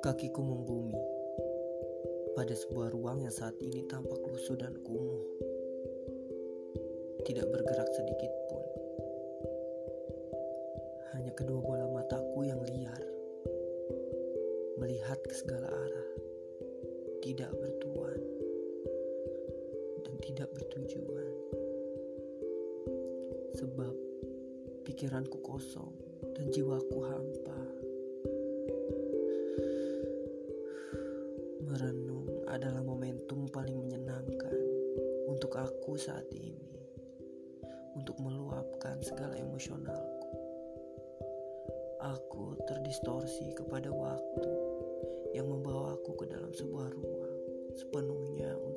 Kakiku membumi pada sebuah ruang yang saat ini tampak lusuh dan kumuh, tidak bergerak sedikit pun. Hanya kedua bola mataku yang liar, melihat ke segala arah, tidak bertuan dan tidak bertujuan. Sebab pikiranku kosong dan jiwaku hampa. Merenung adalah momentum paling menyenangkan untuk aku saat ini, untuk meluapkan segala emosionalku. Aku terdistorsi kepada waktu yang membawaku ke dalam sebuah ruang sepenuhnya